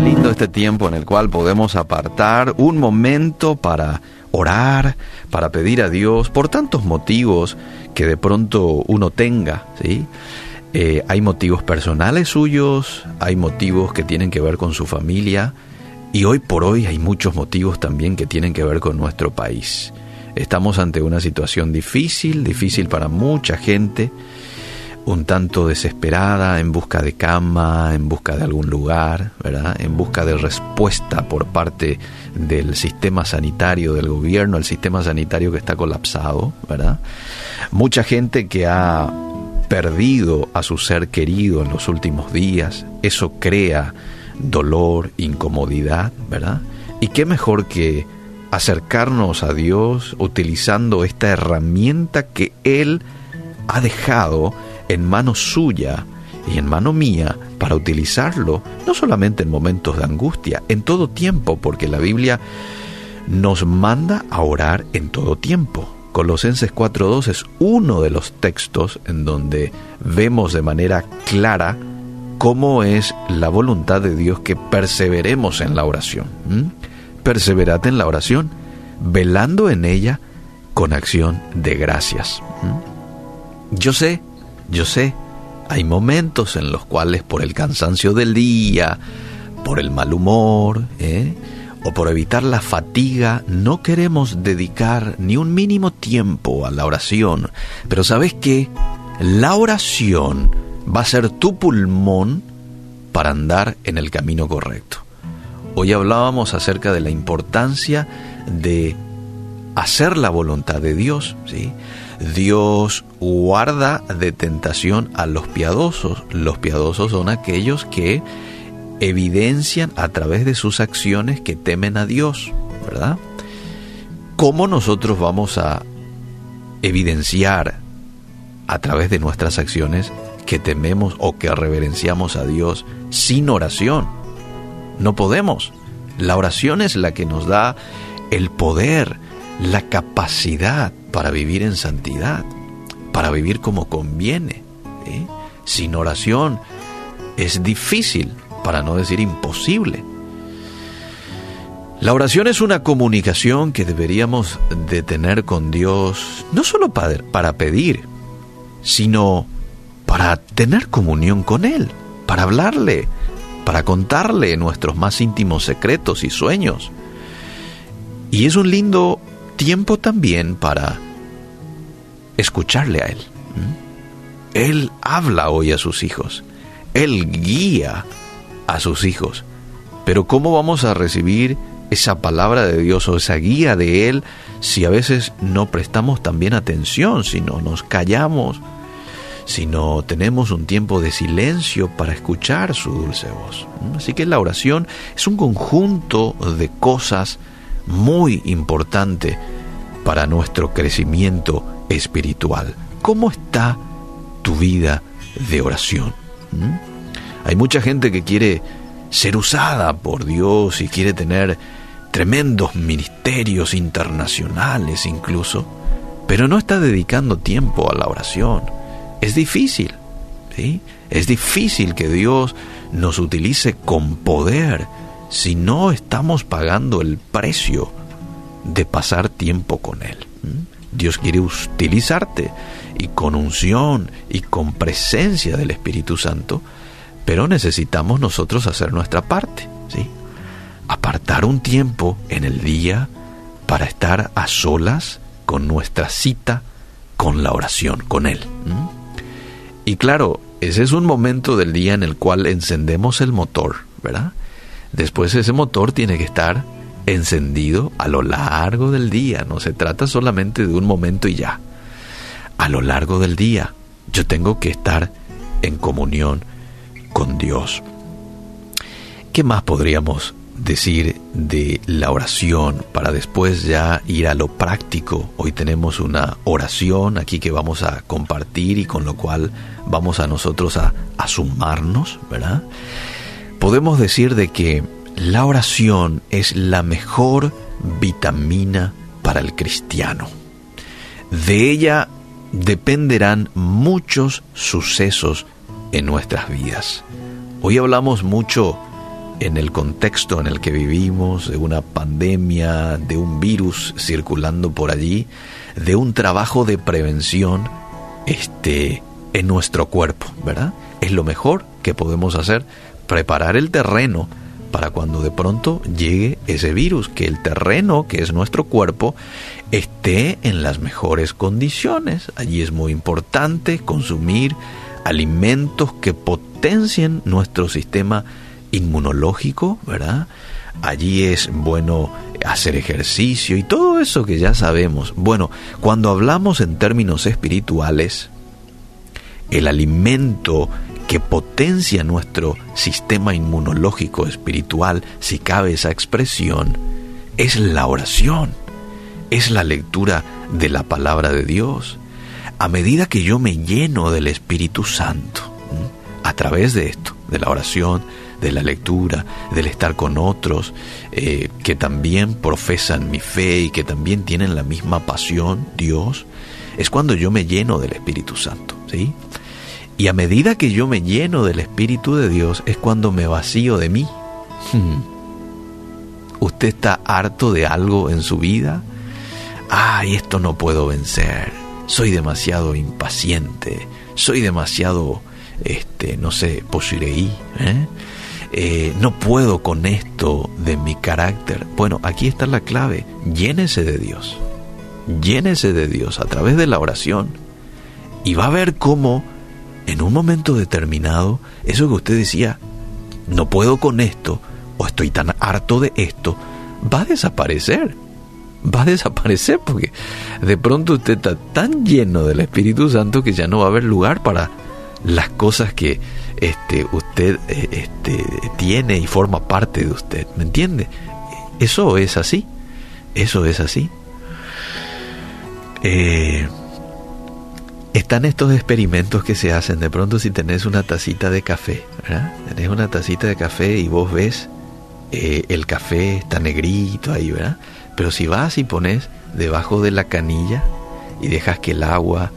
lindo este tiempo en el cual podemos apartar un momento para orar, para pedir a Dios por tantos motivos que de pronto uno tenga, ¿sí? Hay motivos personales suyos, hay motivos que tienen que ver con su familia y hoy por hoy hay muchos motivos también que tienen que ver con nuestro país. Estamos ante una situación difícil para mucha gente, un tanto desesperada, en busca de cama, en busca de algún lugar, ¿verdad? En busca de respuesta por parte del sistema sanitario del gobierno, el sistema sanitario que está colapsado, ¿verdad? Mucha gente que ha perdido a su ser querido en los últimos días, eso crea dolor, incomodidad, ¿verdad? Y qué mejor que acercarnos a Dios utilizando esta herramienta que Él ha dejado en mano suya y en mano mía para utilizarlo, no solamente en momentos de angustia, en todo tiempo, porque la Biblia nos manda a orar en todo tiempo. Colosenses 4:2 es uno de los textos en donde vemos de manera clara cómo es la voluntad de Dios que perseveremos en la oración. Perseverad en la oración, velando en ella con acción de gracias. Yo sé, hay momentos en los cuales por el cansancio del día, por el mal humor, o por evitar la fatiga, no queremos dedicar ni un mínimo tiempo a la oración. Pero ¿sabes qué? La oración va a ser tu pulmón para andar en el camino correcto. Hoy hablábamos acerca de la importancia de hacer la voluntad de Dios, ¿sí? Dios guarda de tentación a los piadosos. Los piadosos son aquellos que evidencian a través de sus acciones que temen a Dios, ¿verdad? ¿Cómo nosotros vamos a evidenciar a través de nuestras acciones que tememos o que reverenciamos a Dios sin oración? No podemos. La oración es la que nos da el poder, la capacidad para vivir en santidad, para vivir como conviene, ¿sí? Sin oración es difícil, para no decir imposible. La oración es una comunicación que deberíamos de tener con Dios, no solo para pedir, sino para tener comunión con Él, para hablarle, para contarle nuestros más íntimos secretos y sueños. Y es un lindo tiempo también para escucharle a Él. Él habla hoy a sus hijos. Él guía a sus hijos. Pero ¿cómo vamos a recibir esa palabra de Dios o esa guía de Él si a veces no prestamos también atención, si no nos callamos, si no tenemos un tiempo de silencio para escuchar su dulce voz? Así que la oración es un conjunto de cosas muy importante para nuestro crecimiento espiritual. ¿Cómo está tu vida de oración? Hay mucha gente que quiere ser usada por Dios y quiere tener tremendos ministerios internacionales incluso, pero no está dedicando tiempo a la oración. Es difícil, ¿sí? Es difícil que Dios nos utilice con poder si no estamos pagando el precio de pasar tiempo con Él. Dios quiere utilizarte y con unción y con presencia del Espíritu Santo, pero necesitamos nosotros hacer nuestra parte, ¿sí? Apartar un tiempo en el día para estar a solas con nuestra cita con la oración, con Él. Y claro, ese es un momento del día en el cual encendemos el motor, ¿verdad? Después ese motor tiene que estar encendido a lo largo del día. No se trata solamente de un momento y ya. A lo largo del día yo tengo que estar en comunión con Dios. ¿Qué más podríamos decir de la oración para después ya ir a lo práctico? Hoy tenemos una oración aquí que vamos a compartir y con lo cual vamos a nosotros a sumarnos, ¿verdad? Podemos decir de que la oración es la mejor vitamina para el cristiano. De ella dependerán muchos sucesos en nuestras vidas. Hoy hablamos mucho en el contexto en el que vivimos, de una pandemia, de un virus circulando por allí, de un trabajo de prevención en nuestro cuerpo, ¿verdad? Es lo mejor que podemos hacer, preparar el terreno para cuando de pronto llegue ese virus, que el terreno, que es nuestro cuerpo, esté en las mejores condiciones. Allí es muy importante consumir alimentos que potencien nuestro sistema inmunológico, ¿verdad? Allí es bueno hacer ejercicio y todo eso que ya sabemos. Bueno, cuando hablamos en términos espirituales, el alimento que potencia nuestro sistema inmunológico espiritual, si cabe esa expresión, es la oración, es la lectura de la palabra de Dios. A medida que yo me lleno del Espíritu Santo, a través de esto, de la oración, de la lectura, del estar con otros que también profesan mi fe y que también tienen la misma pasión, Dios, es cuando yo me lleno del Espíritu Santo, ¿sí? Y a medida que yo me lleno del Espíritu de Dios es cuando me vacío de mí. ¿Usted está harto de algo en su vida? ¡Ay, esto no puedo vencer! Soy demasiado impaciente, soy demasiado, no sé, poshureí, no puedo con esto de mi carácter. Bueno, aquí está la clave. Llénese de Dios a través de la oración y va a ver cómo en un momento determinado eso que usted decía, no puedo con esto o estoy tan harto de esto, va a desaparecer porque de pronto usted está tan lleno del Espíritu Santo que ya no va a haber lugar para las cosas que usted tiene y forma parte de usted, ¿me entiende? Eso es así. Están estos experimentos que se hacen de pronto si tenés una tacita de café, ¿verdad? Tenés una tacita de café y vos ves el café está negrito ahí, ¿verdad? Pero si vas y pones debajo de la canilla y dejas que el agua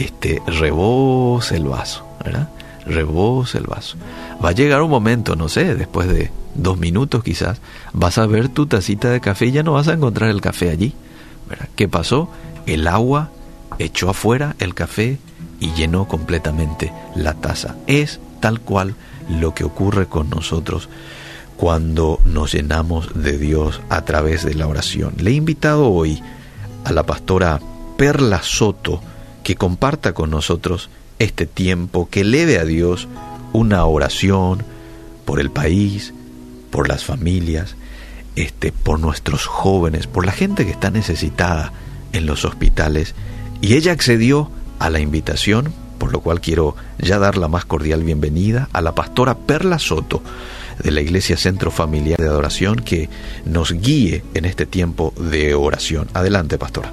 rebose el vaso, ¿verdad? Rebose el vaso. Va a llegar un momento, no sé, después de 2 minutos quizás, vas a ver tu tacita de café y ya no vas a encontrar el café allí, ¿verdad? ¿Qué pasó? El agua echó afuera el café y llenó completamente la taza. Es tal cual lo que ocurre con nosotros cuando nos llenamos de Dios a través de la oración. Le he invitado hoy a la pastora Perla Soto que comparta con nosotros este tiempo, que eleve a Dios una oración por el país, por las familias, por nuestros jóvenes, por la gente que está necesitada en los hospitales. Y ella accedió a la invitación, por lo cual quiero ya dar la más cordial bienvenida a la pastora Perla Soto de la Iglesia Centro Familiar de Adoración, que nos guíe en este tiempo de oración. Adelante, pastora.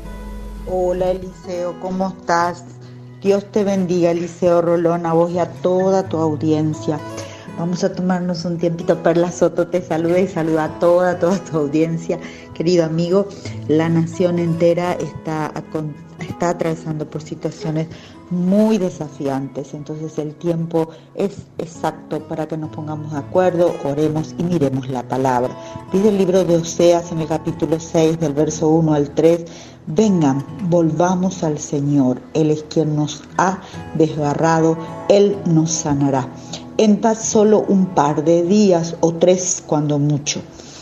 Hola, Eliseo, ¿cómo estás? Dios te bendiga, Eliseo Rolón, a vos y a toda tu audiencia. Vamos a tomarnos un tiempito. Perla Soto te saluda y saluda a toda tu audiencia. Querido amigo, la nación entera está atravesando por situaciones muy desafiantes, entonces el tiempo es exacto para que nos pongamos de acuerdo, oremos y miremos la palabra. Dice el libro de Oseas en el capítulo 6 del verso 1 al 3, vengan, volvamos al Señor, Él es quien nos ha desgarrado, Él nos sanará. En paz solo un par de días o 3 cuando mucho.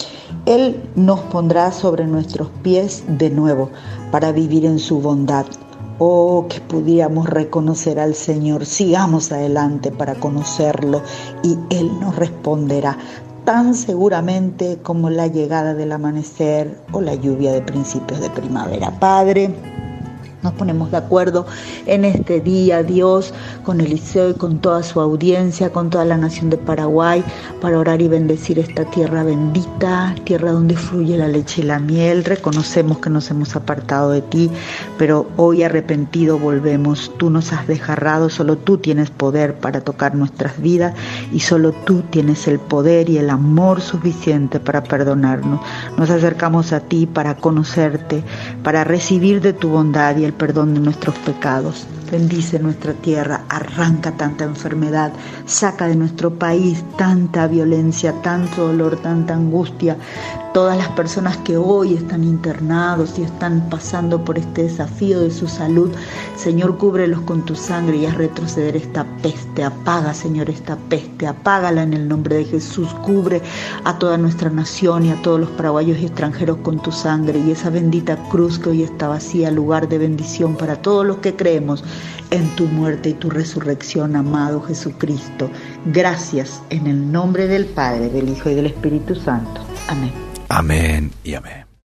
Él nos pondrá sobre nuestros pies de nuevo para vivir en su bondad. Oh, que pudiéramos reconocer al Señor. Sigamos adelante para conocerlo y Él nos responderá tan seguramente como la llegada del amanecer o la lluvia de principios de primavera. Padre, nos ponemos de acuerdo en este día, Dios, con Eliseo y con toda su audiencia, con toda la nación de Paraguay, para orar y bendecir esta tierra bendita, tierra donde fluye la leche y la miel. Reconocemos que nos hemos apartado de ti, pero hoy arrepentido volvemos. Tú nos has desgarrado, solo tú tienes poder para tocar nuestras vidas y solo tú tienes el poder y el amor suficiente para perdonarnos. Nos acercamos a ti para conocerte, para recibir de tu bondad y el perdón de nuestros pecados. bendice nuestra tierra, arranca tanta enfermedad, saca de nuestro país tanta violencia, tanto dolor, tanta angustia. Todas las personas que hoy están internados y están pasando por este desafío de su salud, Señor, cúbrelos con tu sangre y haz retroceder esta peste. Apaga, Señor, esta peste, apágala en el nombre de Jesús. Cubre a toda nuestra nación y a todos los paraguayos y extranjeros con tu sangre, y esa bendita cruz que hoy está vacía, lugar de bendición para todos los que creemos en tu muerte y tu resurrección, amado Jesucristo. Gracias en el nombre del Padre, del Hijo y del Espíritu Santo. Amén. Amén y amén.